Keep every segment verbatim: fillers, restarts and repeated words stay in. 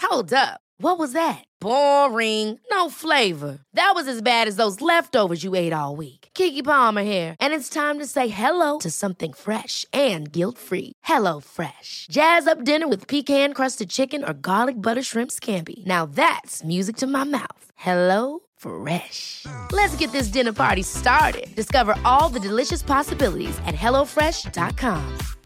Hold up. What was that? Boring. No flavor. That was as bad as those leftovers you ate all week. Keke Palmer here, and it's time to say hello to something fresh and guilt-free. Hello Fresh. Jazz up dinner with pecan-crusted chicken or garlic butter shrimp scampi. Now that's music to my mouth. Hello Fresh. Let's get this dinner party started. Discover all the delicious possibilities at hello fresh dot com.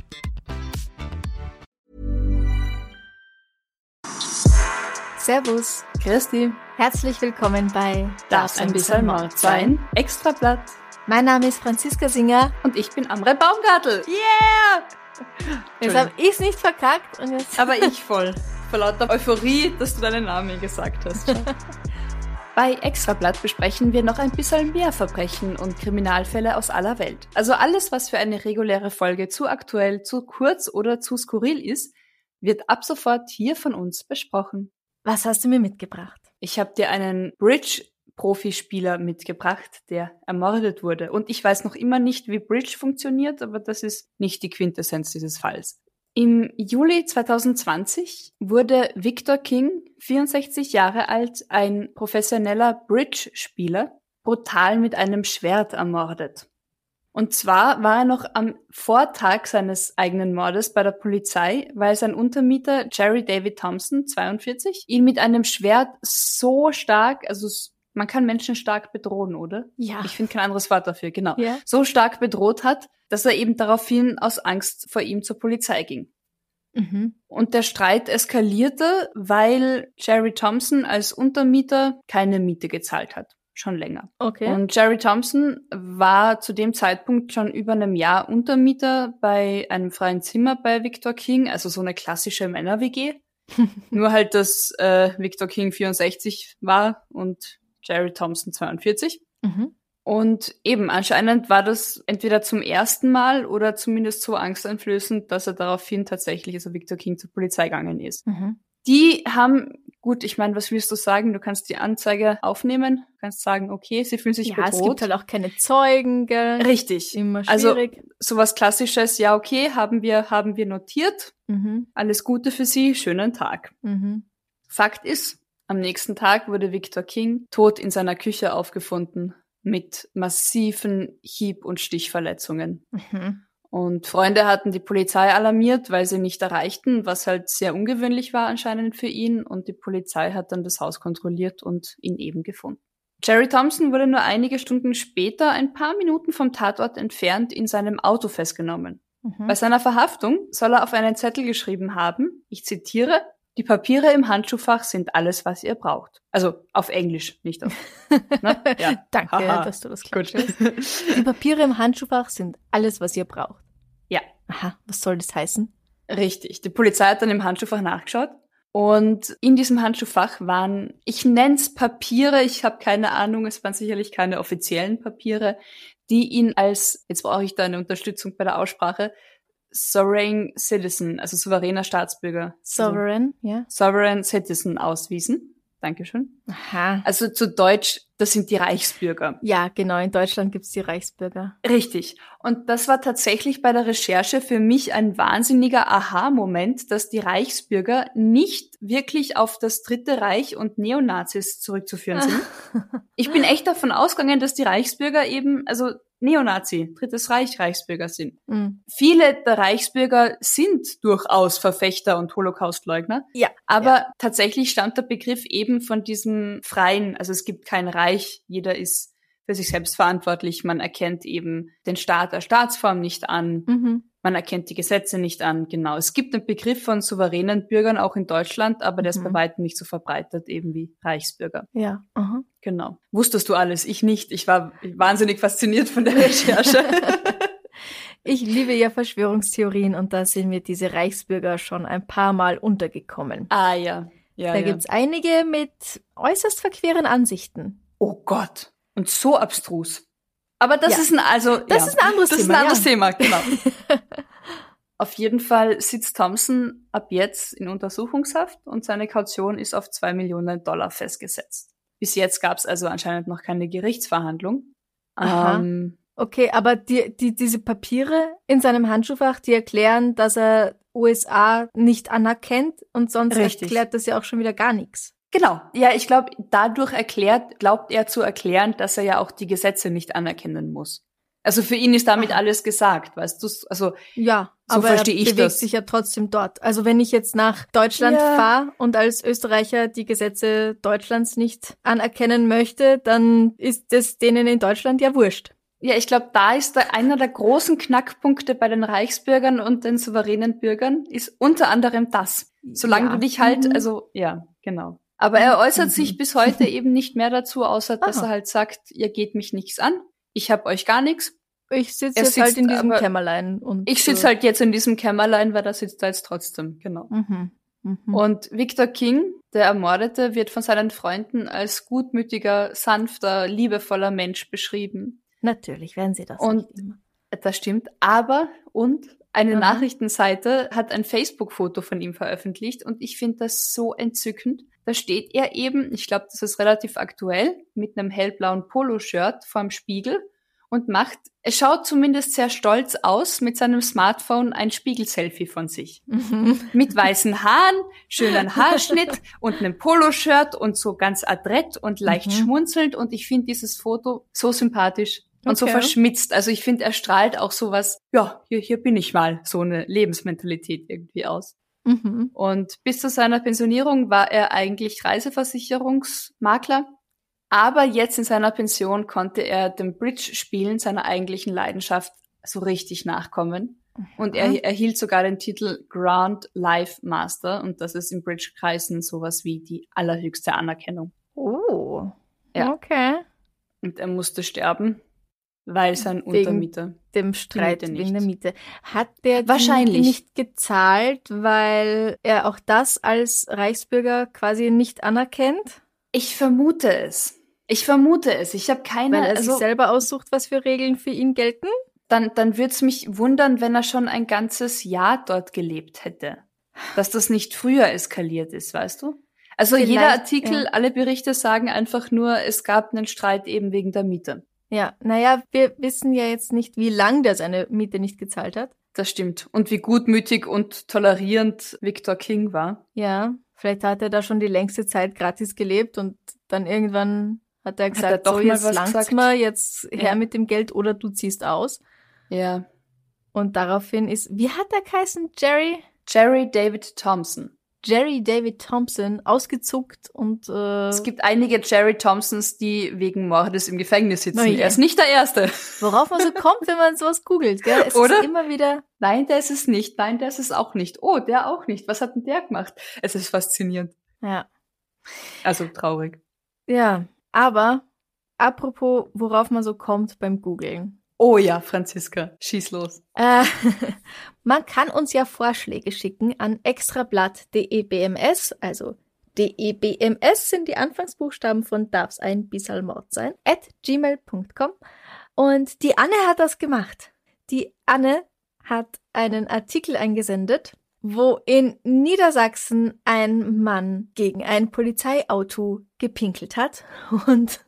Servus, Christi, herzlich willkommen bei Darf's ein bisschen Mord sein? Extrablatt. Mein Name ist Franziska Singer. Und ich bin Amre Baumgartl. Yeah! Jetzt habe ich's nicht verkackt. Und jetzt Aber ich voll. Vor lauter Euphorie, dass du deinen Namen gesagt hast. Bei Extrablatt besprechen wir noch ein bisschen mehr Verbrechen und Kriminalfälle aus aller Welt. Also alles, was für eine reguläre Folge zu aktuell, zu kurz oder zu skurril ist, wird ab sofort hier von uns besprochen. Was hast du mir mitgebracht? Ich habe dir einen Bridge-Profispieler mitgebracht, der ermordet wurde. Und ich weiß noch immer nicht, wie Bridge funktioniert, aber das ist nicht die Quintessenz dieses Falls. Im Juli zwanzig zwanzig wurde Victor King, vierundsechzig Jahre alt, ein professioneller Bridge-Spieler, brutal mit einem Schwert ermordet. Und zwar war er noch am Vortag seines eigenen Mordes bei der Polizei, weil sein Untermieter Jerry David Thompson, zweiundvierzig, ihn mit einem Schwert so stark, also man kann Menschen stark bedrohen, oder? Ja. Ich finde kein anderes Wort dafür, genau. Ja. So stark bedroht hat, dass er eben daraufhin aus Angst vor ihm zur Polizei ging. Mhm. Und der Streit eskalierte, weil Jerry Thompson als Untermieter keine Miete gezahlt hat. Schon länger. Okay. Und Jerry Thompson war zu dem Zeitpunkt schon über einem Jahr Untermieter bei einem freien Zimmer bei Victor King, also so eine klassische Männer-W G. Nur halt, dass äh, Victor King vierundsechzig war und Jerry Thompson zweiundvierzig. Mhm. Und eben, anscheinend war das entweder zum ersten Mal oder zumindest so angsteinflößend, dass er daraufhin tatsächlich, also Victor King, zur Polizei gegangen ist. Mhm. Die haben, gut, ich meine, was willst du sagen? Du kannst die Anzeige aufnehmen, du kannst sagen, okay, sie fühlen sich ja, bedroht. Es gibt halt auch keine Zeugen, gell? Richtig. Immer Also schwierig. sowas Klassisches, ja, okay, haben wir haben wir notiert. Mhm. Alles Gute für Sie, schönen Tag. Mhm. Fakt ist, am nächsten Tag wurde Victor King tot in seiner Küche aufgefunden mit massiven Hieb- und Stichverletzungen. Mhm. Und Freunde hatten die Polizei alarmiert, weil sie nicht erreichten, was halt sehr ungewöhnlich war anscheinend für ihn. Und die Polizei hat dann das Haus kontrolliert und ihn eben gefunden. Jerry Thompson wurde nur einige Stunden später, ein paar Minuten vom Tatort entfernt, in seinem Auto festgenommen. Mhm. Bei seiner Verhaftung soll er auf einen Zettel geschrieben haben, ich zitiere, die Papiere im Handschuhfach sind alles, was ihr braucht. Also auf Englisch, nicht auf. Ne? Ja. Danke, Haha. dass du das Gut. klarstellst. Die Papiere im Handschuhfach sind alles, was ihr braucht. Ja. Aha, was soll das heißen? Richtig. Die Polizei hat dann im Handschuhfach nachgeschaut. Und in diesem Handschuhfach waren, ich nenn's Papiere, ich habe keine Ahnung, es waren sicherlich keine offiziellen Papiere, die ihn als, jetzt brauche ich da eine Unterstützung bei der Aussprache, Sovereign Citizen, also souveräner Staatsbürger. Sovereign, also, ja. Sovereign Citizen auswiesen. Dankeschön. Aha. Also zu Deutsch, das sind die Reichsbürger. Ja, genau, in Deutschland gibt's die Reichsbürger. Richtig. Und das war tatsächlich bei der Recherche für mich ein wahnsinniger Aha-Moment, dass die Reichsbürger nicht wirklich auf das Dritte Reich und Neonazis zurückzuführen sind. Ich bin echt davon ausgegangen, dass die Reichsbürger eben, also Neonazi, Drittes Reich Reichsbürger sind. Mhm. Viele der Reichsbürger sind durchaus Verfechter und Holocaustleugner. Ja. Aber ja. tatsächlich stammt der Begriff eben von diesem freien, also es gibt kein Reich, jeder ist für sich selbst verantwortlich, man erkennt eben den Staat als Staatsform nicht an, Mhm. man erkennt die Gesetze nicht an, genau. Es gibt einen Begriff von souveränen Bürgern auch in Deutschland, aber der Mhm. ist bei weitem nicht so verbreitet eben wie Reichsbürger. Ja. Aha. Genau. Wusstest du alles? Ich nicht. Ich war wahnsinnig fasziniert von der Recherche. Ich liebe ja Verschwörungstheorien und da sind mir diese Reichsbürger schon ein paar Mal untergekommen. Ah ja. ja da ja. gibt's einige mit äußerst verqueren Ansichten. Oh Gott. Und so abstrus. Aber das Ja. ist ein, also, Das ja. ist ein anderes das Thema. ist ein anderes ja. Thema, genau. Auf jeden Fall sitzt Thompson ab jetzt in Untersuchungshaft und seine Kaution ist auf zwei Millionen Dollar festgesetzt. Bis jetzt gab's also anscheinend noch keine Gerichtsverhandlung. Aha. Ähm, Okay, aber die, die, diese Papiere in seinem Handschuhfach, die erklären, dass er U S A nicht anerkennt und sonst Richtig. erklärt das ja auch schon wieder gar nichts. Genau. Ja, ich glaube, dadurch erklärt, glaubt er zu erklären, dass er ja auch die Gesetze nicht anerkennen muss. Also für ihn ist damit Aha. alles gesagt, weißt du? Also Ja, so aber er verstehe ich bewegt das. sich ja trotzdem dort. Also wenn ich jetzt nach Deutschland Ja. fahre und als Österreicher die Gesetze Deutschlands nicht anerkennen möchte, dann ist es denen in Deutschland ja wurscht. Ja, ich glaube, da ist da einer der großen Knackpunkte bei den Reichsbürgern und den souveränen Bürgern, ist unter anderem das. Solange Ja. du dich halt, Mhm. also, ja, genau. Aber er äußert Mhm. sich bis heute eben nicht mehr dazu, außer dass Aha. er halt sagt, ihr geht mich nichts an, ich hab euch gar nichts. Ich sitze Er jetzt halt sitzt in diesem aber- Kämmerlein und Ich sitze halt jetzt in diesem Kämmerlein, weil da sitzt er jetzt trotzdem, genau. Mhm. Mhm. Und Victor King, der Ermordete, wird von seinen Freunden als gutmütiger, sanfter, liebevoller Mensch beschrieben. Natürlich werden sie das. Und- nicht immer. Das stimmt, aber, und eine Aha. Nachrichtenseite hat ein Facebook-Foto von ihm veröffentlicht und ich finde das so entzückend. Da steht er eben, ich glaube, das ist relativ aktuell, mit einem hellblauen Poloshirt vorm Spiegel und macht, er schaut zumindest sehr stolz aus, mit seinem Smartphone ein Spiegelselfie von sich. Mhm. Mit weißen Haaren, schönen Haarschnitt und einem Poloshirt und so ganz adrett und leicht Mhm. schmunzelnd und ich finde dieses Foto so sympathisch und so Okay. verschmitzt. Also ich finde, er strahlt auch sowas, ja, hier, hier bin ich mal, so eine Lebensmentalität irgendwie aus. Mhm. Und bis zu seiner Pensionierung war er eigentlich Reiseversicherungsmakler. Aber jetzt in seiner Pension konnte er dem Bridge-Spielen, seiner eigentlichen Leidenschaft, so richtig nachkommen. Und er erhielt sogar den Titel Grand Life Master. Und das ist in Bridge-Kreisen sowas wie die allerhöchste Anerkennung. Oh. Ja. Okay. Und er musste sterben, weil sein Wegen Untermieter... Dem Streit Miete wegen nicht. der Miete. Hat der die Wahrscheinlich. Miete nicht gezahlt, weil er auch das als Reichsbürger quasi nicht anerkennt? Ich vermute es. Ich vermute es. Ich habe keine... Weil er also, sich selber aussucht, was für Regeln für ihn gelten? dann, dann würde es mich wundern, wenn er schon ein ganzes Jahr dort gelebt hätte. Dass das nicht früher eskaliert ist, weißt du? Also Vielleicht, jeder Artikel, ja. alle Berichte sagen einfach nur, es gab einen Streit eben wegen der Miete. Ja, naja, wir wissen ja jetzt nicht, wie lang der seine Miete nicht gezahlt hat. Das stimmt. Und wie gutmütig und tolerierend Victor King war. Ja, vielleicht hat er da schon die längste Zeit gratis gelebt und dann irgendwann hat er gesagt, er doch so mal jetzt was langt's gesagt? mal, jetzt her Ja. mit dem Geld oder du ziehst aus. Ja. Und daraufhin ist, wie hat der geheißen, Jerry? Jerry David Thompson. Jerry David Thompson ausgezuckt und äh, Es gibt einige Jerry Thompsons, die wegen Mordes im Gefängnis sitzen. Oh je. Er ist nicht der Erste. worauf man so kommt, wenn man sowas googelt, gell? Es Oder? ist immer wieder, Nein, der ist es nicht. Nein, der ist es auch nicht. Oh, der auch nicht. Was hat denn der gemacht? Es ist faszinierend. ja. Also traurig. Ja, aber apropos, worauf man so kommt beim Googlen. Oh ja, Franziska, schieß los. Äh, man kann uns ja Vorschläge schicken an extrablatt.debms, also debms sind die Anfangsbuchstaben von darf's ein bisserl Mord sein, at gmail punkt com. Und die Anne hat das gemacht. Die Anne hat einen Artikel eingesendet, wo in Niedersachsen ein Mann gegen ein Polizeiauto gepinkelt hat. Und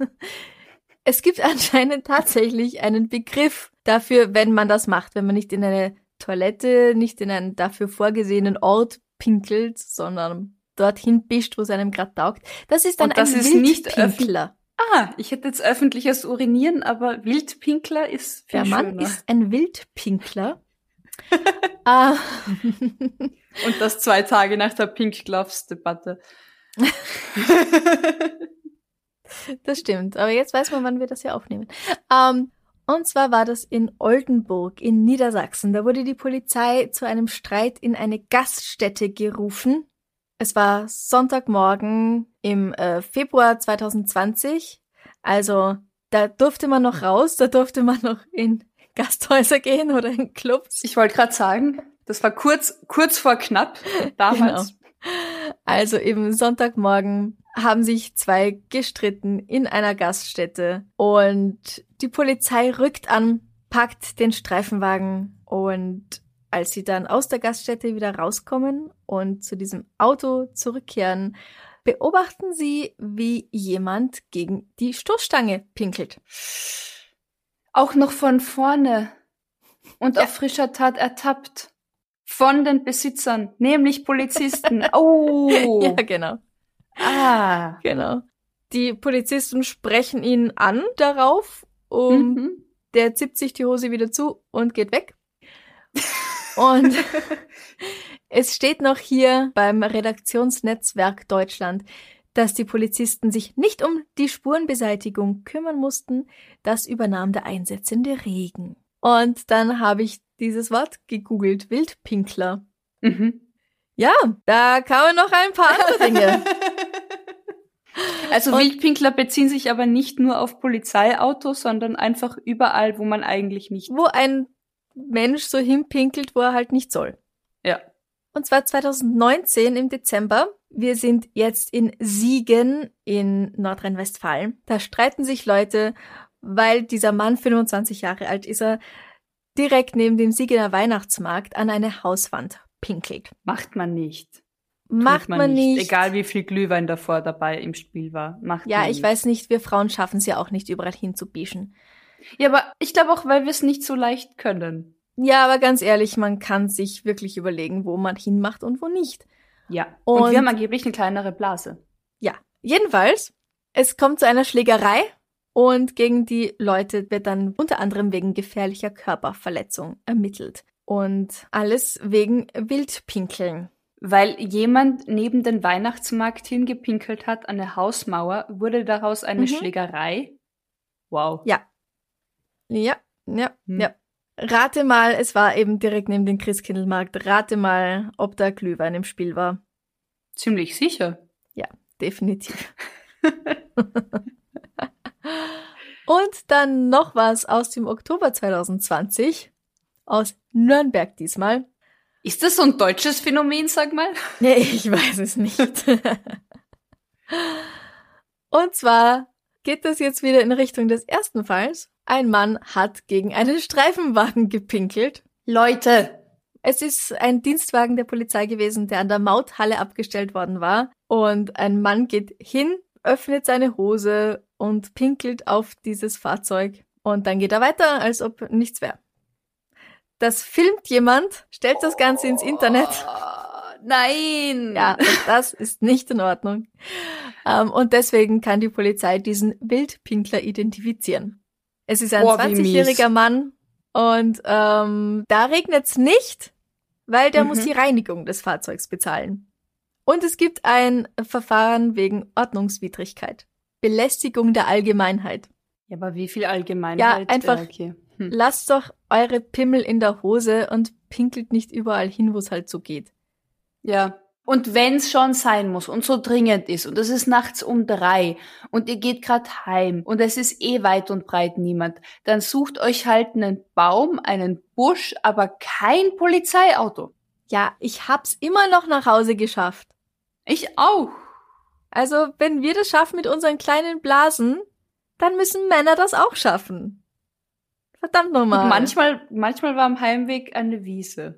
es gibt anscheinend tatsächlich einen Begriff dafür, wenn man das macht, wenn man nicht in eine Toilette, nicht in einen dafür vorgesehenen Ort pinkelt, sondern dorthin pischt, wo es einem gerade taugt. Das ist dann Und das ein ist nicht Wildpinkler. Ah, ich hätte jetzt öffentliches Urinieren, aber Wildpinkler ist viel Der Mann schöner. ist ein Wildpinkler. Ah. Und das zwei Tage nach der Pink Gloves Debatte. Das stimmt, aber jetzt weiß man, wann wir das hier aufnehmen. Ähm, und zwar war das in Oldenburg in Niedersachsen. Da wurde die Polizei zu einem Streit in eine Gaststätte gerufen. Es war Sonntagmorgen im äh, Februar zwanzig zwanzig. Also da durfte man noch raus, da durfte man noch in Gasthäuser gehen oder in Clubs. Ich wollte gerade sagen, das war kurz, kurz vor knapp damals. Genau. Also eben Sonntagmorgen haben sich zwei gestritten in einer Gaststätte und die Polizei rückt an, packt den Streifenwagen und als sie dann aus der Gaststätte wieder rauskommen und zu diesem Auto zurückkehren, beobachten sie, wie jemand gegen die Stoßstange pinkelt. Auch noch von vorne und Ja. auf frischer Tat ertappt. von den Besitzern, nämlich Polizisten. Oh. Ja, genau. Ah. Genau. Die Polizisten sprechen ihn an darauf, um Mhm. der zippt sich die Hose wieder zu und geht weg. Und es steht noch hier beim Redaktionsnetzwerk Deutschland, dass die Polizisten sich nicht um die Spurenbeseitigung kümmern mussten. Das übernahm der einsetzende Regen. Und dann habe ich dieses Wort gegoogelt, Wildpinkler. Mhm. Ja, da kamen noch ein paar andere Dinge. Also Und- Wildpinkler beziehen sich aber nicht nur auf Polizeiautos, sondern einfach überall, wo man eigentlich nicht... Wo ein Mensch so hinpinkelt, wo er halt nicht soll. Ja. Und zwar zwanzig neunzehn im Dezember. Wir sind jetzt in Siegen in Nordrhein-Westfalen. Da streiten sich Leute, weil dieser Mann, fünfundzwanzig Jahre alt ist er, direkt neben dem Siegener Weihnachtsmarkt an eine Hauswand pinkelt. Macht man nicht. Macht Tut man nicht. Egal wie viel Glühwein davor dabei im Spiel war. Macht Ja, man ich nicht. weiß nicht, wir Frauen schaffen es ja auch nicht, überall hinzubischen. Ja, aber ich glaube auch, weil wir es nicht so leicht können. Ja, aber ganz ehrlich, man kann sich wirklich überlegen, wo man hinmacht und wo nicht. Ja. Und, Und- wir haben angeblich eine kleinere Blase. Ja, jedenfalls, es kommt zu einer Schlägerei und gegen die Leute wird dann unter anderem wegen gefährlicher Körperverletzung ermittelt. Und alles wegen Wildpinkeln. Weil jemand neben den Weihnachtsmarkt hingepinkelt hat an eine Hausmauer, wurde daraus eine Mhm. Schlägerei. Wow. Ja. Ja, ja, Hm. ja. Rate mal, es war eben direkt neben dem Christkindlmarkt. Rate mal, ob da Glühwein im Spiel war. Ziemlich sicher. Definitiv. Und dann noch was aus dem Oktober zwanzig zwanzig. Aus Nürnberg diesmal. Ist das so ein deutsches Phänomen, sag mal? Nee, ich weiß es nicht. Und zwar geht das jetzt wieder in Richtung des ersten Falls. Ein Mann hat gegen einen Streifenwagen gepinkelt. Leute. Es ist ein Dienstwagen der Polizei gewesen, der an der Mauthalle abgestellt worden war. Und ein Mann geht hin, öffnet seine Hose und pinkelt auf dieses Fahrzeug. Und dann geht er weiter, als ob nichts wäre. Das filmt jemand, stellt das Ganze ins Internet. Oh, nein. Ja, und das ist nicht in Ordnung. Ähm, und deswegen kann die Polizei diesen Wildpinkler identifizieren. Es ist ein Boah, wie zwanzigjähriger mies. Mann und ähm, da regnet's nicht, weil der Mhm. muss die Reinigung des Fahrzeugs bezahlen. Und es gibt ein Verfahren wegen Ordnungswidrigkeit. Belästigung der Allgemeinheit. Ja, aber wie viel Allgemeinheit? Ja, einfach- Ja, okay. Hm. Lasst doch eure Pimmel in der Hose und pinkelt nicht überall hin, wo es halt so geht. Ja. Und wenn's schon sein muss und so dringend ist und es ist nachts um drei und ihr geht grad heim und es ist eh weit und breit niemand, dann sucht euch halt einen Baum, einen Busch, aber kein Polizeiauto. Ja, ich hab's immer noch nach Hause geschafft. Ich auch. Also, wenn wir das schaffen mit unseren kleinen Blasen, dann müssen Männer das auch schaffen. Verdammt nochmal. Und manchmal, manchmal war am Heimweg eine Wiese.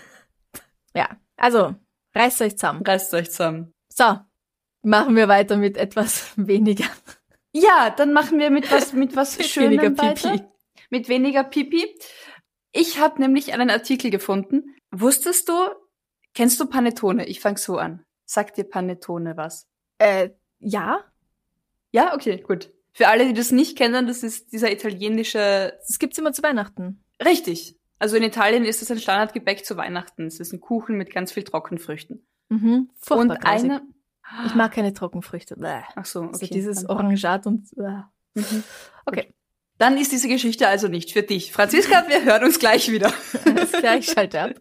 Ja, also, reißt euch zusammen. Reißt euch zusammen. So, machen wir weiter mit etwas weniger. Ja, dann machen wir mit was, mit was Mit Schönem weniger weiter. Pipi. Mit weniger Pipi. Ich habe nämlich einen Artikel gefunden. Wusstest du, kennst du Panettone? Ich fang so an. Sagt dir Panettone was? Äh, ja, Ja, okay, gut. Für alle, die das nicht kennen, das ist dieser italienische... das gibt's immer zu Weihnachten. Richtig. Also in Italien ist das ein Standardgebäck zu Weihnachten. Es ist ein Kuchen mit ganz viel Trockenfrüchten. Mhm, furchtbar Und grausig. eine... Ich mag keine Trockenfrüchte. Bäh. Ach so, okay. Also dieses dann- Orangat und... Bäh. Mhm. Okay, Dann ist diese Geschichte also nicht für dich. Franziska, wir hören uns gleich wieder. alles klar, ich schalte ab.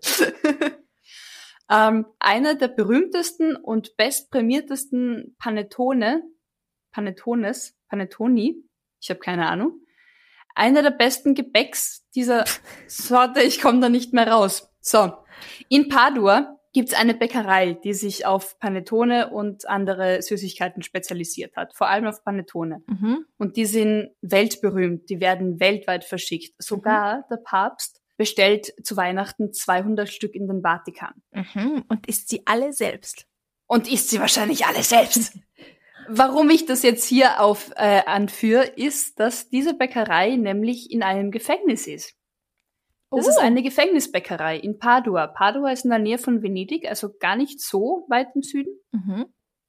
ähm, einer der berühmtesten und bestprämiertesten Panettone, Panettones, Panettoni, ich habe keine Ahnung, einer der besten Gebäcks dieser Sorte, ich komme da nicht mehr raus. So, in Padua gibt's eine Bäckerei, die sich auf Panettone und andere Süßigkeiten spezialisiert hat, vor allem auf Panettone. Mhm. Und die sind weltberühmt, die werden weltweit verschickt. Sogar der Papst bestellt zu Weihnachten zweihundert Stück in den Vatikan. Mhm. Und isst sie alle selbst. Und isst sie wahrscheinlich alle selbst. Warum ich das jetzt hier auf äh, anführe, ist, dass diese Bäckerei nämlich in einem Gefängnis ist. Das Oh. ist eine Gefängnisbäckerei in Padua. Padua ist in der Nähe von Venedig, also gar nicht so weit im Süden. Mhm.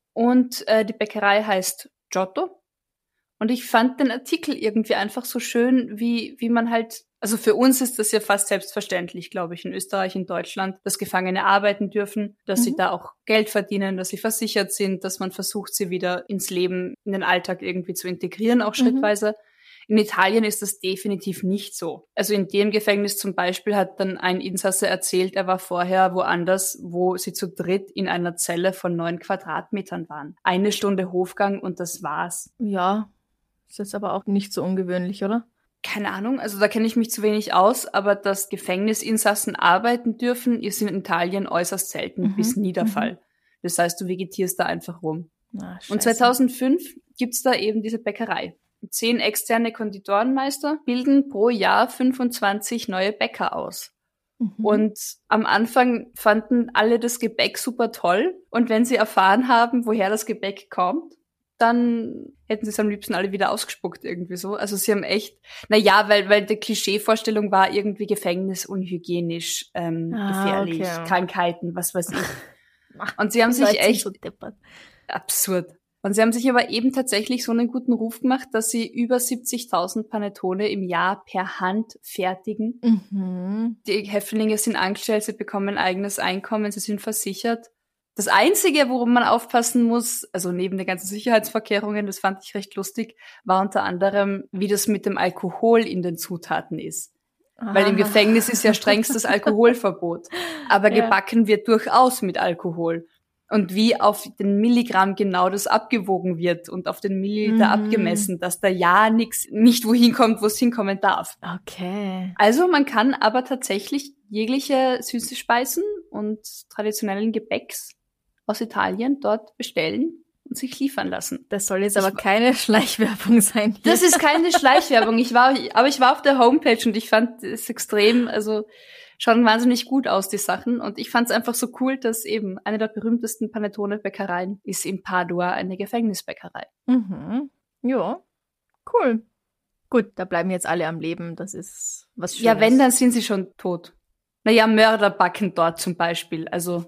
Und äh, die Bäckerei heißt Giotto. Und ich fand den Artikel irgendwie einfach so schön, wie wie man halt, also für uns ist das ja fast selbstverständlich, glaube ich, in Österreich, in Deutschland, dass Gefangene arbeiten dürfen, dass Mhm. sie da auch Geld verdienen, dass sie versichert sind, dass man versucht, sie wieder ins Leben, in den Alltag irgendwie zu integrieren, auch schrittweise. In Italien ist das definitiv nicht so. Also in dem Gefängnis zum Beispiel hat dann ein Insasse erzählt, er war vorher woanders, wo sie zu dritt in einer Zelle von neun Quadratmetern waren. Eine Stunde Hofgang und das war's. Ja, ist jetzt aber auch nicht so ungewöhnlich, oder? Keine Ahnung, also da kenne ich mich zu wenig aus, aber dass Gefängnisinsassen arbeiten dürfen, ist in Italien äußerst selten Mhm, bis nie der mhm. Fall. Das heißt, du vegetierst da einfach rum. Na, Und scheiße. zweitausendfünf gibt's da eben diese Bäckerei. Zehn externe Konditorenmeister bilden pro Jahr fünfundzwanzig neue Bäcker aus. Mhm. Und am Anfang fanden alle das Gebäck super toll. Und wenn sie erfahren haben, woher das Gebäck kommt, dann hätten sie es am liebsten alle wieder ausgespuckt irgendwie so. Also sie haben echt, na ja, weil weil die Klischeevorstellung war irgendwie Gefängnis unhygienisch, ähm, Ah, gefährlich, okay. Krankheiten, was weiß ich. Und sie haben Die sich Leute sind echt so deppert. absurd. Und sie haben sich aber eben tatsächlich so einen guten Ruf gemacht, dass sie über siebzigtausend Panettone im Jahr per Hand fertigen. Mhm. Die Häftlinge sind angestellt, sie bekommen eigenes Einkommen, sie sind versichert. Das Einzige, worum man aufpassen muss, also neben den ganzen Sicherheitsvorkehrungen, das fand ich recht lustig, war unter anderem, wie das mit dem Alkohol in den Zutaten ist. Weil im Ah. Gefängnis ist ja strengstes Alkoholverbot. Aber Ja. gebacken wird durchaus mit Alkohol. Und wie auf den Milligramm genau das abgewogen wird und auf den Milliliter Mhm. abgemessen, dass da ja nix, nicht wohin kommt, wo es hinkommen darf. Okay. Also man kann aber tatsächlich jegliche süße Speisen und traditionellen Gebäcks aus Italien dort bestellen und sich liefern lassen. Das soll jetzt Ich aber wa- keine Schleichwerbung sein. hier. Das ist keine Schleichwerbung. Ich war, aber ich war auf der Homepage und ich fand es extrem, also schauen wahnsinnig gut aus, die Sachen. Und ich fand es einfach so cool, dass eben eine der berühmtesten Panettone-Bäckereien ist in Padua eine Gefängnisbäckerei. Mhm. Ja, cool. Gut, da bleiben jetzt alle am Leben. Das ist was Schönes. Ja, wenn, dann sind sie schon tot. Naja, Mörder backen dort zum Beispiel. Also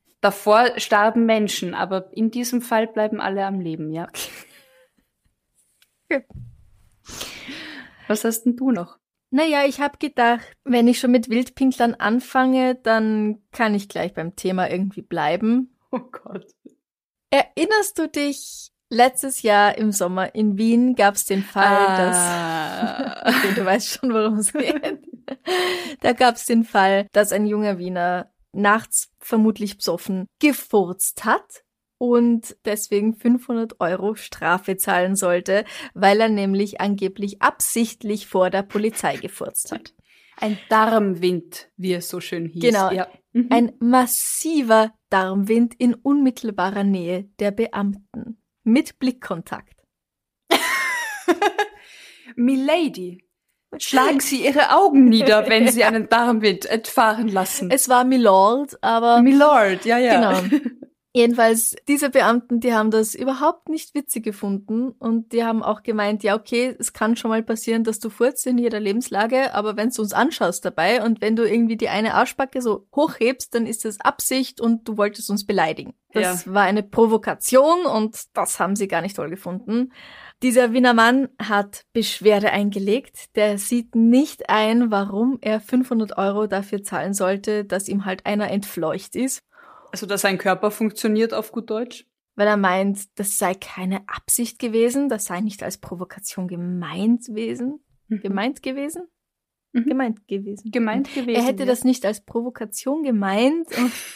davor starben Menschen, aber in diesem Fall bleiben alle am Leben, ja. Okay. Was hast denn du noch? Naja, ich habe gedacht, wenn ich schon mit Wildpinklern anfange, dann kann ich gleich beim Thema irgendwie bleiben. Oh Gott. Erinnerst du dich, letztes Jahr im Sommer in Wien gab es den Fall, Ah. dass... Okay, du weißt schon, worum es geht. Da gab es den Fall, dass ein junger Wiener nachts vermutlich besoffen gefurzt hat und deswegen fünfhundert Euro Strafe zahlen sollte, weil er nämlich angeblich absichtlich vor der Polizei gefurzt hat. Ein Darmwind, wie es so schön hieß. Genau. Ja. Mhm. Ein massiver Darmwind in unmittelbarer Nähe der Beamten. Mit Blickkontakt. Milady, schlagen Sie Ihre Augen nieder, wenn Sie einen Darmwind entfahren lassen. Es war Milord, aber... Milord, ja, ja. Genau. Jedenfalls, diese Beamten, die haben das überhaupt nicht witzig gefunden und die haben auch gemeint, ja okay, es kann schon mal passieren, dass du furzt in jeder Lebenslage, aber wenn du uns anschaust dabei und wenn du irgendwie die eine Arschbacke so hochhebst, dann ist das Absicht und du wolltest uns beleidigen. Das Ja. war eine Provokation und das haben sie gar nicht toll gefunden. Dieser Wiener Mann hat Beschwerde eingelegt. Der sieht nicht ein, warum er fünfhundert Euro dafür zahlen sollte, dass ihm halt einer entfleucht ist. Also, dass sein Körper funktioniert auf gut Deutsch? Weil er meint, das sei keine Absicht gewesen, das sei nicht als Provokation gemeint gewesen. Mhm. Gemeint gewesen? Mhm. Gemeint gewesen. Gemeint gewesen. Er hätte ja. das nicht als Provokation gemeint.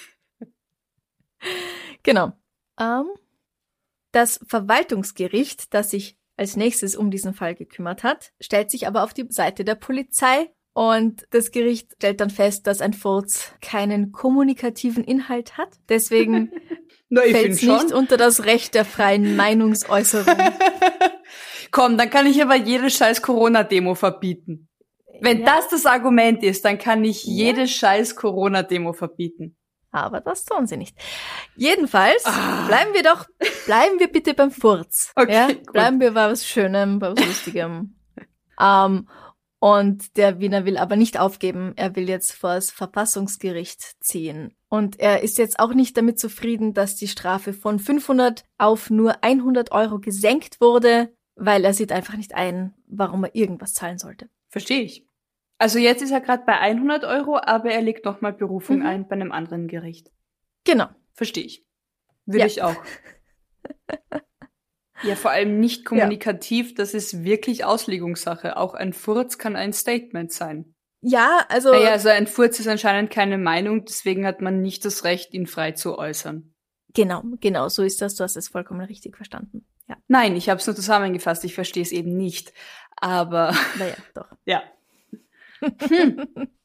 Genau. Ähm, das Verwaltungsgericht, das sich als nächstes um diesen Fall gekümmert hat, stellt sich aber auf die Seite der Polizei. Und das Gericht stellt dann fest, dass ein Furz keinen kommunikativen Inhalt hat. Deswegen Na, ich fällt finde es nicht schon. unter das Recht der freien Meinungsäußerung. Komm, dann kann ich aber jede scheiß Corona-Demo verbieten. Wenn Ja. das das Argument ist, dann kann ich Ja. jede scheiß Corona-Demo verbieten. Aber das tun sie nicht. Jedenfalls Ah. bleiben wir doch, bleiben wir bitte beim Furz. Okay, ja? gut. Bleiben wir bei was Schönem, bei was Lustigem. ähm, Und der Wiener will aber nicht aufgeben. Er will jetzt vor das Verfassungsgericht ziehen. Und er ist jetzt auch nicht damit zufrieden, dass die Strafe von fünfhundert auf nur hundert Euro gesenkt wurde, weil er sieht einfach nicht ein, warum er irgendwas zahlen sollte. Verstehe ich. Also jetzt ist er gerade bei hundert Euro, aber er legt nochmal Berufung mhm. ein bei einem anderen Gericht. Genau. Verstehe ich. Würde ja. ich auch. Ja, vor allem nicht kommunikativ, ja. Das ist wirklich Auslegungssache. Auch ein Furz kann ein Statement sein. Ja, also... Naja, also ein Furz ist anscheinend keine Meinung, deswegen hat man nicht das Recht, ihn frei zu äußern. Genau, genau, so ist das. Du hast es vollkommen richtig verstanden. Ja. Nein, ich habe es nur zusammengefasst, ich verstehe es eben nicht. Aber... Naja, doch. Ja. Hm.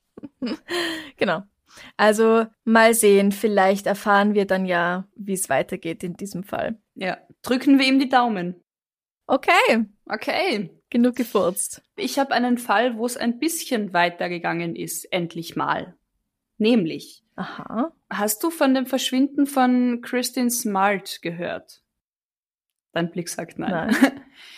Genau. Also mal sehen, vielleicht erfahren wir dann ja, wie es weitergeht in diesem Fall. Ja, drücken wir ihm die Daumen. Okay. Okay. Genug gefurzt. Ich habe einen Fall, wo es ein bisschen weitergegangen ist, endlich mal. Nämlich, Aha. Hast du von dem Verschwinden von Kristen Smart gehört? Dein Blick sagt nein. Nein.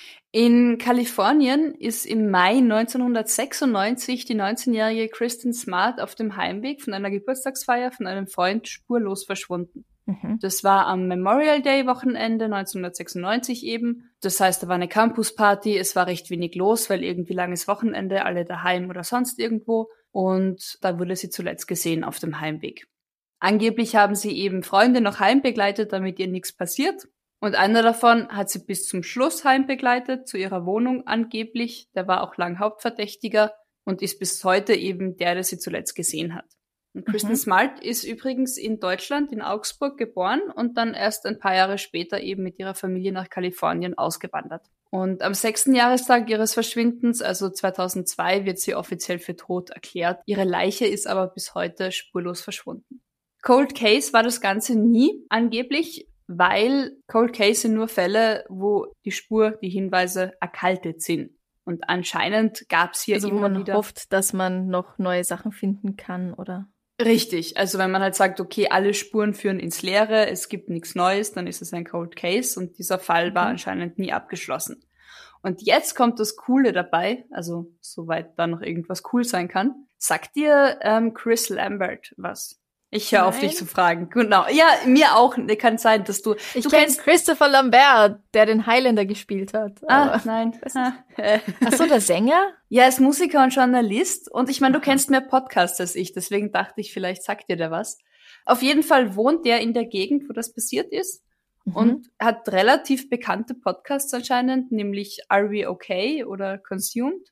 In Kalifornien ist im Mai neunzehnhundertsechsundneunzig die neunzehnjährige Kristen Smart auf dem Heimweg von einer Geburtstagsfeier von einem Freund spurlos verschwunden. Mhm. Das war am Memorial Day Wochenende neunzehnhundertsechsundneunzig eben. Das heißt, da war eine Campusparty, es war recht wenig los, weil irgendwie langes Wochenende, alle daheim oder sonst irgendwo. Und da wurde sie zuletzt gesehen auf dem Heimweg. Angeblich haben sie eben Freunde noch heimbegleitet, damit ihr nichts passiert. Und einer davon hat sie bis zum Schluss heimbegleitet, zu ihrer Wohnung angeblich. Der war auch lang Hauptverdächtiger und ist bis heute eben der, der sie zuletzt gesehen hat. Und Kristen Mhm. Smart ist übrigens in Deutschland, in Augsburg geboren und dann erst ein paar Jahre später eben mit ihrer Familie nach Kalifornien ausgewandert. Und am sechsten Jahrestag ihres Verschwindens, also zweitausendzwei, wird sie offiziell für tot erklärt. Ihre Leiche ist aber bis heute spurlos verschwunden. Cold Case war das Ganze nie, angeblich, weil Cold Case sind nur Fälle, wo die Spur, die Hinweise erkaltet sind. Und anscheinend gab es hier also immer wo man wieder... hofft, dass man noch neue Sachen finden kann, oder? Richtig, also wenn man halt sagt, okay, alle Spuren führen ins Leere, es gibt nichts Neues, dann ist es ein Cold Case und dieser Fall war Mhm. anscheinend nie abgeschlossen. Und jetzt kommt das Coole dabei, also soweit da noch irgendwas cool sein kann. Sagt dir ähm, Chris Lambert was? Ich höre auf Nein. dich zu fragen. Genau. Ja, mir auch. Kann sein, dass du... Ich du kenne kennst... Christopher Lambert, der den Highlander gespielt hat. Ah, aber- nein. Weiß Ah, äh. Ach so, der Sänger? Ja, er ist Musiker und Journalist und ich meine, du Aha. kennst mehr Podcasts als ich, deswegen dachte ich, vielleicht sagt dir der was. Auf jeden Fall wohnt der in der Gegend, wo das passiert ist und hat relativ bekannte Podcasts anscheinend, nämlich Are We Okay oder Consumed.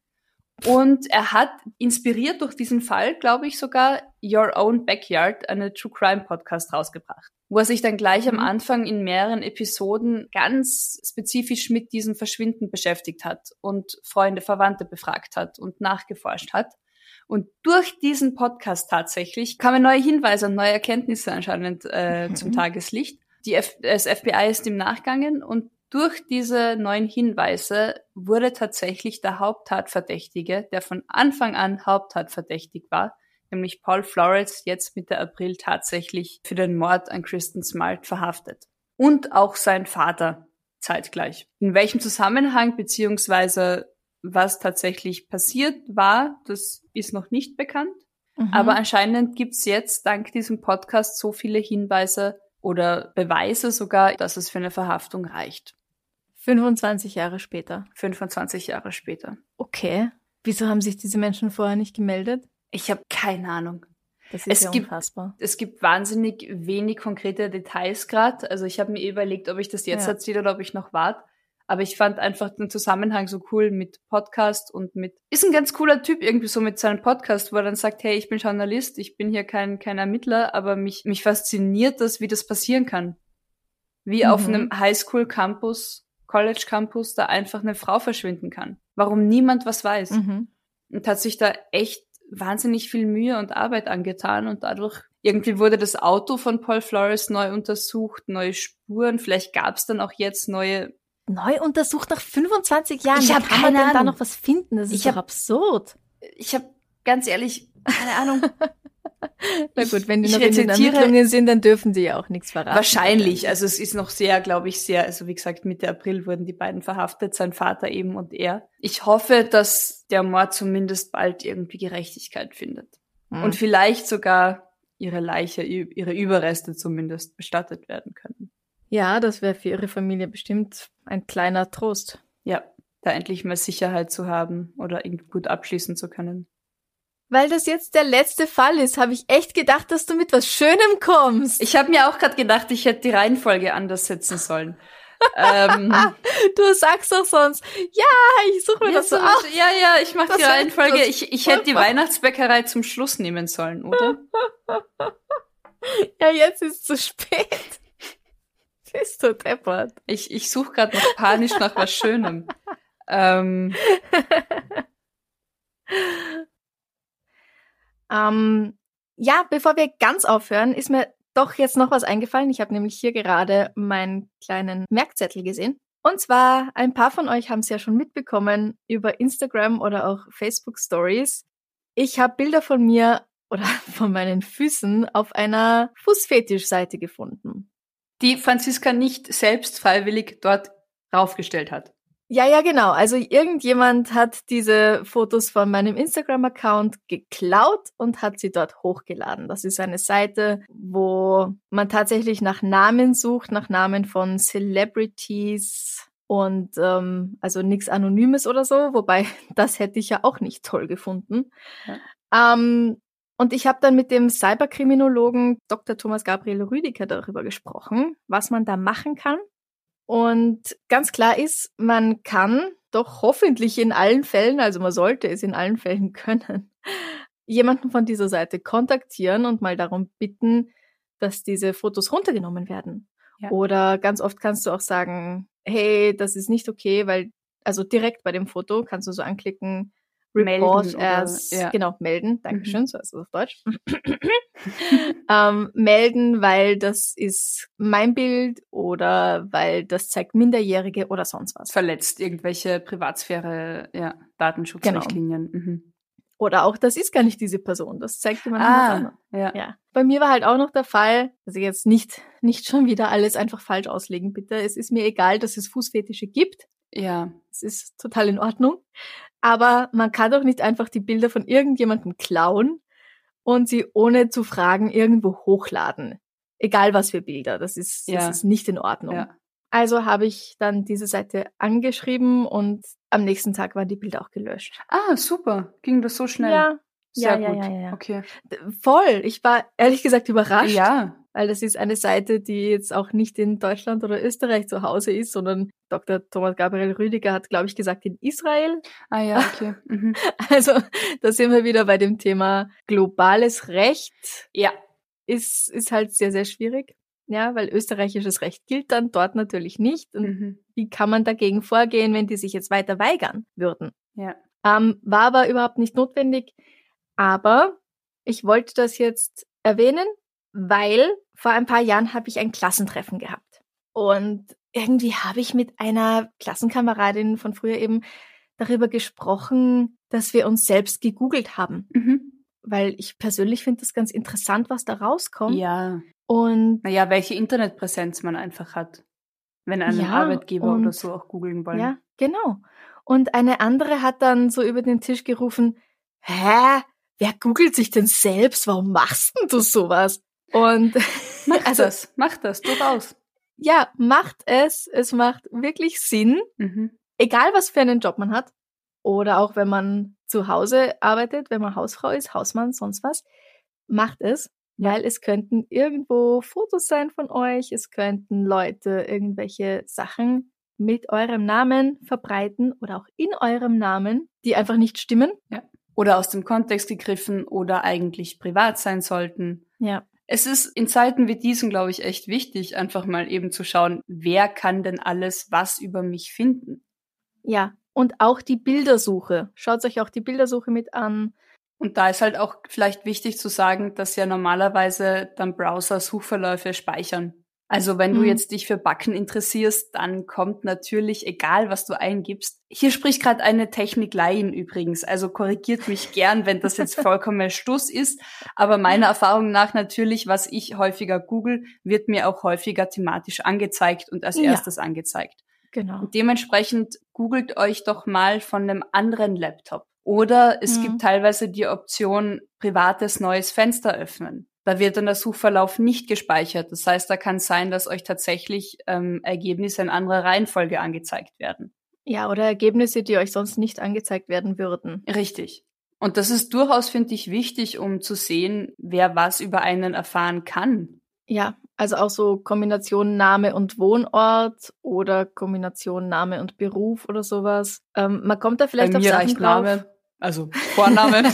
Und er hat, inspiriert durch diesen Fall, glaube ich sogar, Your Own Backyard, eine True Crime Podcast rausgebracht, wo er sich dann gleich am Mhm. Anfang in mehreren Episoden ganz spezifisch mit diesem Verschwinden beschäftigt hat und Freunde, Verwandte befragt hat und nachgeforscht hat. Und durch diesen Podcast tatsächlich kamen neue Hinweise und neue Erkenntnisse anscheinend äh, Mhm. zum Tageslicht. Die F- das F B I ist ihm nachgegangen und durch diese neuen Hinweise wurde tatsächlich der Haupttatverdächtige, der von Anfang an Haupttatverdächtig war, nämlich Paul Flores, jetzt Mitte April tatsächlich für den Mord an Kristen Smart verhaftet. Und auch sein Vater zeitgleich. In welchem Zusammenhang beziehungsweise was tatsächlich passiert war, das ist noch nicht bekannt. Mhm. Aber anscheinend gibt's jetzt dank diesem Podcast so viele Hinweise oder Beweise sogar, dass es für eine Verhaftung reicht. fünfundzwanzig Jahre später. fünfundzwanzig Jahre später. Okay. Wieso haben sich diese Menschen vorher nicht gemeldet? Ich habe keine Ahnung. Das ist Es ja gibt- unfassbar. Es gibt wahnsinnig wenig konkrete Details gerade. Also ich habe mir eh überlegt, ob ich das jetzt Ja. erzähle oder ob ich noch warte. Aber ich fand einfach den Zusammenhang so cool mit Podcast und mit... Ist ein ganz cooler Typ irgendwie so mit seinem Podcast, wo er dann sagt, hey, ich bin Journalist, ich bin hier kein, kein Ermittler, aber mich, mich fasziniert das, wie das passieren kann. Wie auf Mhm. einem Highschool-Campus, College-Campus, da einfach eine Frau verschwinden kann. Warum niemand was weiß. Mhm. Und hat sich da echt wahnsinnig viel Mühe und Arbeit angetan und dadurch irgendwie wurde das Auto von Paul Flores neu untersucht, neue Spuren, vielleicht gab es dann auch jetzt neue... Neu untersucht nach fünfundzwanzig Jahren. Ich Wie hab kann keine man denn da Ahnung. noch was finden? Das ist Ich doch hab- absurd. Ich habe ganz ehrlich, keine Ahnung, Na gut, wenn die ich noch in den rezitiere- Ermittlungen sind, dann dürfen die ja auch nichts verraten. Wahrscheinlich. Also es ist noch sehr, glaube ich, sehr, also wie gesagt, Mitte April wurden die beiden verhaftet, sein Vater eben und er. Ich hoffe, dass der Mord zumindest bald irgendwie Gerechtigkeit findet. Hm. Und vielleicht sogar ihre Leiche, ihre Überreste zumindest bestattet werden können. Ja, das wäre für ihre Familie bestimmt ein kleiner Trost. Ja, da endlich mal Sicherheit zu haben oder irgendwie gut abschließen zu können. Weil das jetzt der letzte Fall ist, habe ich echt gedacht, dass du mit was Schönem kommst. Ich habe mir auch gerade gedacht, ich hätte die Reihenfolge anders setzen sollen. ähm, Du sagst doch sonst, ja, ich suche mir ja, das so so- aus. ja, ja, ich mache Das die wär- Reihenfolge. das- Ich, ich hätte die Weihnachtsbäckerei zum Schluss nehmen sollen, oder? Ja, jetzt ist es zu spät. Bist du deppert. Ich, ich suche gerade noch panisch nach was Schönem. Ähm, Ähm, ja, bevor wir ganz aufhören, ist mir doch jetzt noch was eingefallen. Ich habe nämlich hier gerade meinen kleinen Merkzettel gesehen. Und zwar, ein paar von euch haben es ja schon mitbekommen über Instagram oder auch Facebook Stories. Ich habe Bilder von mir oder von meinen Füßen auf einer Fußfetischseite gefunden. die Franziska nicht selbst freiwillig dort raufgestellt hat. Ja, ja, genau. Also irgendjemand hat diese Fotos von meinem Instagram-Account geklaut und hat sie dort hochgeladen. Das ist eine Seite, wo man tatsächlich nach Namen sucht, nach Namen von Celebrities und ähm, also nichts Anonymes oder so, wobei das hätte ich ja auch nicht toll gefunden. Ja. Ähm, und ich habe dann mit dem Cyberkriminologen Doktor Thomas Gabriel Rüdiger darüber gesprochen, was man da machen kann. Und ganz klar ist, man kann doch hoffentlich in allen Fällen, also man sollte es in allen Fällen können, jemanden von dieser Seite kontaktieren und mal darum bitten, dass diese Fotos runtergenommen werden. Ja. Oder ganz oft kannst du auch sagen, hey, das ist nicht okay, weil, also direkt bei dem Foto kannst du so anklicken, Report Melden as, oder, ja. genau, melden, Dankeschön, mhm. so heißt das auf Deutsch. ähm, melden, weil das ist mein Bild oder weil das zeigt Minderjährige oder sonst was. Verletzt irgendwelche Privatsphäre, ja, Datenschutzrichtlinien. Genau. Mhm. Oder auch, das ist gar nicht diese Person, das zeigt jemand ah, anderes. Ja. Ja. Bei mir war halt auch noch der Fall, also jetzt nicht, nicht schon wieder alles einfach falsch auslegen, bitte. Es ist mir egal, dass es Fußfetische gibt. Ja. Es ist total in Ordnung. Aber man kann doch nicht einfach die Bilder von irgendjemandem klauen und sie ohne zu fragen irgendwo hochladen. Egal was für Bilder, das ist, ja. das ist nicht in Ordnung. Ja. Also habe ich dann diese Seite angeschrieben und am nächsten Tag waren die Bilder auch gelöscht. Ah, super. Ging das so schnell? Ja. Sehr ja, gut. Ja, ja, ja. Okay. Voll. Ich war ehrlich gesagt überrascht. Ja. Weil das ist eine Seite, die jetzt auch nicht in Deutschland oder Österreich zu Hause ist, sondern Doktor Thomas Gabriel Rüdiger hat, glaube ich, gesagt, in Israel. Ah ja, okay. Mhm. Also da sind wir wieder bei dem Thema globales Recht. Ja. Ist, ist halt sehr, sehr schwierig. Ja, weil österreichisches Recht gilt dann dort natürlich nicht. Und mhm. wie kann man dagegen vorgehen, wenn die sich jetzt weiter weigern würden? Ja. Ähm, war aber überhaupt nicht notwendig. Aber ich wollte das jetzt erwähnen, weil vor ein paar Jahren habe ich ein Klassentreffen gehabt. Und irgendwie habe ich mit einer Klassenkameradin von früher eben darüber gesprochen, dass wir uns selbst gegoogelt haben. Mhm. Weil ich persönlich finde das ganz interessant, was da rauskommt. Ja. Und naja, welche Internetpräsenz man einfach hat, wenn einen ja, Arbeitgeber und, oder so auch googeln wollen. Ja, genau. Und eine andere hat dann so über den Tisch gerufen, hä? Wer googelt sich denn selbst? Warum machst denn du sowas? Und mach also, das, mach das, durchaus. Ja, macht es. Es macht wirklich Sinn. Mhm. Egal, was für einen Job man hat. Oder auch, wenn man zu Hause arbeitet, wenn man Hausfrau ist, Hausmann, sonst was. Macht es. Ja. Weil es könnten irgendwo Fotos sein von euch. Es könnten Leute irgendwelche Sachen mit eurem Namen verbreiten oder auch in eurem Namen, die einfach nicht stimmen. Ja. Oder aus dem Kontext gegriffen oder eigentlich privat sein sollten. Ja. Es ist in Zeiten wie diesen, glaube ich, echt wichtig, einfach mal eben zu schauen, wer kann denn alles was über mich finden. Ja, und auch die Bildersuche. Schaut euch auch die Bildersuche mit an. Und da ist halt auch vielleicht wichtig zu sagen, dass ja normalerweise dann Browser Suchverläufe speichern. Also wenn Mhm. du jetzt dich für Backen interessierst, dann kommt natürlich, egal was du eingibst. Hier spricht gerade eine Technik-Laien übrigens, also korrigiert mich gern, wenn das jetzt vollkommen Stuss ist. Aber meiner Erfahrung nach natürlich, was ich häufiger google, wird mir auch häufiger thematisch angezeigt und als Ja. erstes angezeigt. Genau. Und dementsprechend googelt euch doch mal von einem anderen Laptop. Oder es Mhm. gibt teilweise die Option, privates neues Fenster öffnen. Da wird dann der Suchverlauf nicht gespeichert. Das heißt, da kann es sein, dass euch tatsächlich ähm, Ergebnisse in anderer Reihenfolge angezeigt werden. Ja, oder Ergebnisse, die euch sonst nicht angezeigt werden würden. Richtig. Und das ist durchaus, finde ich, wichtig, um zu sehen, wer was über einen erfahren kann. Ja, also auch so Kombination Name und Wohnort oder Kombination Name und Beruf oder sowas. Ähm, man kommt da vielleicht Bei auf mir Sachen reicht drauf. Name, also Vorname.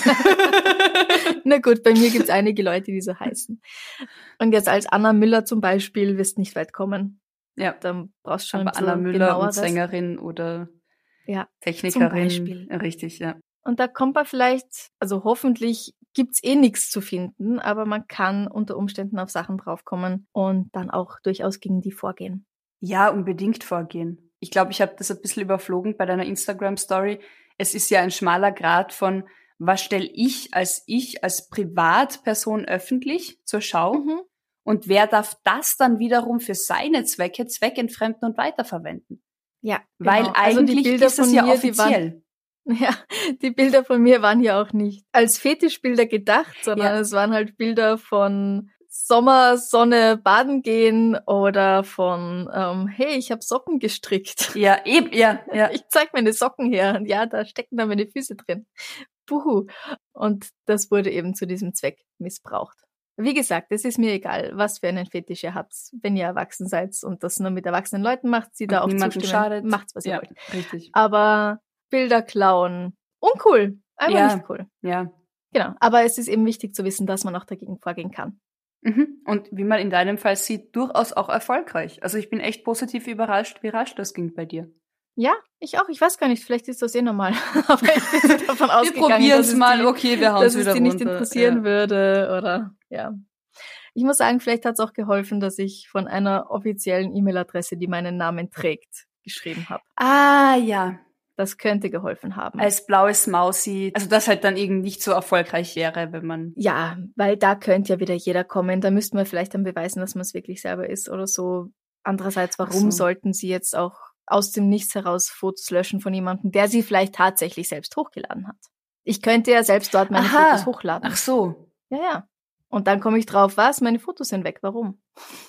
Na gut, bei mir gibt's einige Leute, die so heißen. Und jetzt als Anna Müller zum Beispiel wirst nicht weit kommen. Ja, Dann brauchst du schon ein aber bisschen Anna Müller und genaueres. Sängerin oder Ja, Technikerin. Beispiel. Ja, richtig, ja. Und da kommt man vielleicht, also hoffentlich gibt's eh nichts zu finden, aber man kann unter Umständen auf Sachen draufkommen und dann auch durchaus gegen die vorgehen. Ja, unbedingt vorgehen. Ich glaube, ich habe das ein bisschen überflogen bei deiner Instagram-Story. Es ist ja ein schmaler Grad von, was stelle ich als ich, als Privatperson öffentlich zur Schau? Mhm. Und wer darf das dann wiederum für seine Zwecke zweckentfremden und weiterverwenden? Ja, Weil genau. Also die eigentlich Bilder ist es von ja mir, die waren- offiziell. Ja, die Bilder von mir waren ja auch nicht als Fetischbilder gedacht, sondern Ja. es waren halt Bilder von Sommer, Sonne, baden gehen oder von, ähm, hey, ich habe Socken gestrickt. Ja, eben, ja, ja. Ich zeig meine Socken her und ja, da stecken dann meine Füße drin. Puhu. Und das wurde eben zu diesem Zweck missbraucht. Wie gesagt, es ist mir egal, was für einen Fetisch ihr habt. Wenn ihr erwachsen seid und das nur mit erwachsenen Leuten macht, sie da Und auch niemandem zustimmen, schadet. macht's, was ihr Ja, wollt. richtig. Aber Bilder klauen, uncool. Einfach Ja. nicht cool. Ja. Genau. Aber es ist eben wichtig zu wissen, dass man auch dagegen vorgehen kann. Mhm. Und wie man in deinem Fall sieht, durchaus auch erfolgreich. Also ich bin echt positiv überrascht, wie rasch das ging bei dir. Ja, ich auch. Ich weiß gar nicht, vielleicht ist das eh normal. Aber ich bin davon Wir ausgegangen, probieren dass es es mal, die, okay, wir hauen dass es es wieder die nicht runter. interessieren Ja. würde oder ja. Ich muss sagen, vielleicht hat es auch geholfen, dass ich von einer offiziellen E-Mail-Adresse, die meinen Namen trägt, geschrieben habe. Ah, ja. Das könnte geholfen haben. Als blaues Mausi. Also das halt dann eben nicht so erfolgreich wäre, wenn man... Ja, weil da könnte ja wieder jeder kommen. Da müsste man vielleicht dann beweisen, dass man es wirklich selber ist oder so. Andererseits, warum Ach so. sollten sie jetzt auch aus dem Nichts heraus Fotos löschen von jemandem, der sie vielleicht tatsächlich selbst hochgeladen hat? Ich könnte ja selbst dort meine Aha. Fotos hochladen. Ach so. Ja, ja. Und dann komme ich drauf, was? Meine Fotos sind weg. Warum?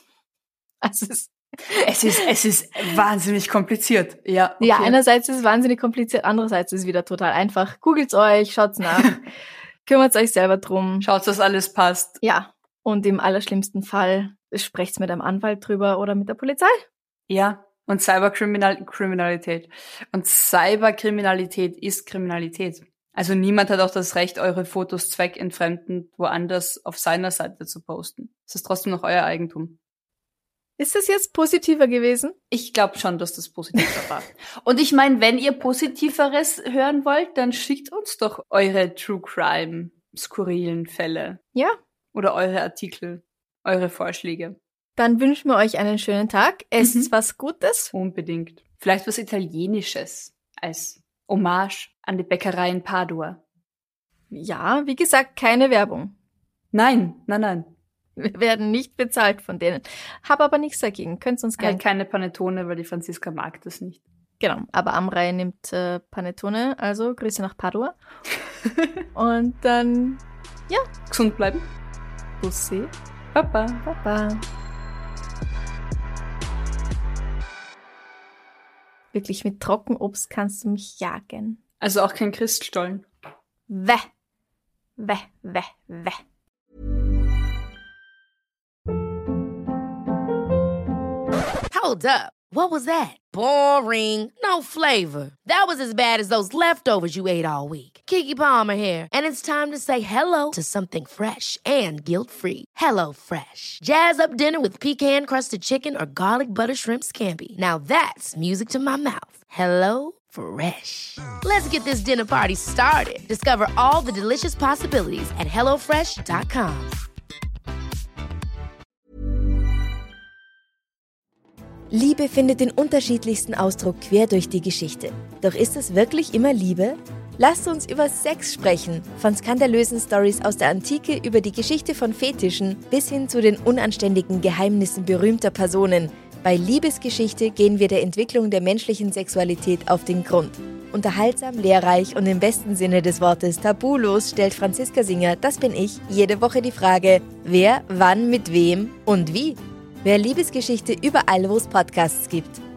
Also es ist, Es ist, es ist wahnsinnig kompliziert. Ja, okay. ja, einerseits ist es wahnsinnig kompliziert, andererseits ist es wieder total einfach. Googelt's euch, schaut's nach, kümmert euch selber drum. Schaut, dass alles passt. Ja, und im allerschlimmsten Fall sprecht's mit einem Anwalt drüber oder mit der Polizei. Ja. Und Cyberkriminalität. Und Cyberkriminalität ist Kriminalität. Also niemand hat auch das Recht, eure Fotos zweckentfremdend woanders auf seiner Seite zu posten. Es ist trotzdem noch euer Eigentum. Ist das jetzt positiver gewesen? Ich glaube schon, dass das positiver war. Und ich meine, wenn ihr Positiveres hören wollt, dann schickt uns doch eure True Crime skurrilen Fälle. Ja. Oder eure Artikel, eure Vorschläge. Dann wünschen wir euch einen schönen Tag. Esst Mhm. was Gutes. Unbedingt. Vielleicht was Italienisches als Hommage an die Bäckerei in Padua. Ja, wie gesagt, keine Werbung. Nein, nein, nein. Wir werden nicht bezahlt von denen. Hab aber nichts dagegen. Könnt uns gerne. Halt keine Panettone, weil die Franziska mag das nicht. Genau, aber Amrei nimmt äh, Panettone, also Grüße nach Padua. Und dann Gesund bleiben. Bussi, Baba. Baba. Wirklich, mit Trockenobst kannst du mich jagen. Also auch kein Christstollen. Weh, weh, weh, weh. Hold up. What was that? Boring. No flavor. That was as bad as those leftovers you ate all week. Keke Palmer here, and it's time to say hello to something fresh and guilt-free. Hello Fresh. Jazz up dinner with pecan-crusted chicken or garlic butter shrimp scampi. Now that's music to my mouth. Hello Fresh. Let's get this dinner party started. Discover all the delicious possibilities at hello fresh dot com. Liebe findet den unterschiedlichsten Ausdruck quer durch die Geschichte. Doch ist es wirklich immer Liebe? Lasst uns über Sex sprechen, von skandalösen Storys aus der Antike über die Geschichte von Fetischen bis hin zu den unanständigen Geheimnissen berühmter Personen. Bei Liebesgeschichte gehen wir der Entwicklung der menschlichen Sexualität auf den Grund. Unterhaltsam, lehrreich und im besten Sinne des Wortes tabulos stellt Franziska Singer, das bin ich, jede Woche die Frage, wer, wann, mit wem und wie. Wer Liebesgeschichte überall, wo es Podcasts gibt.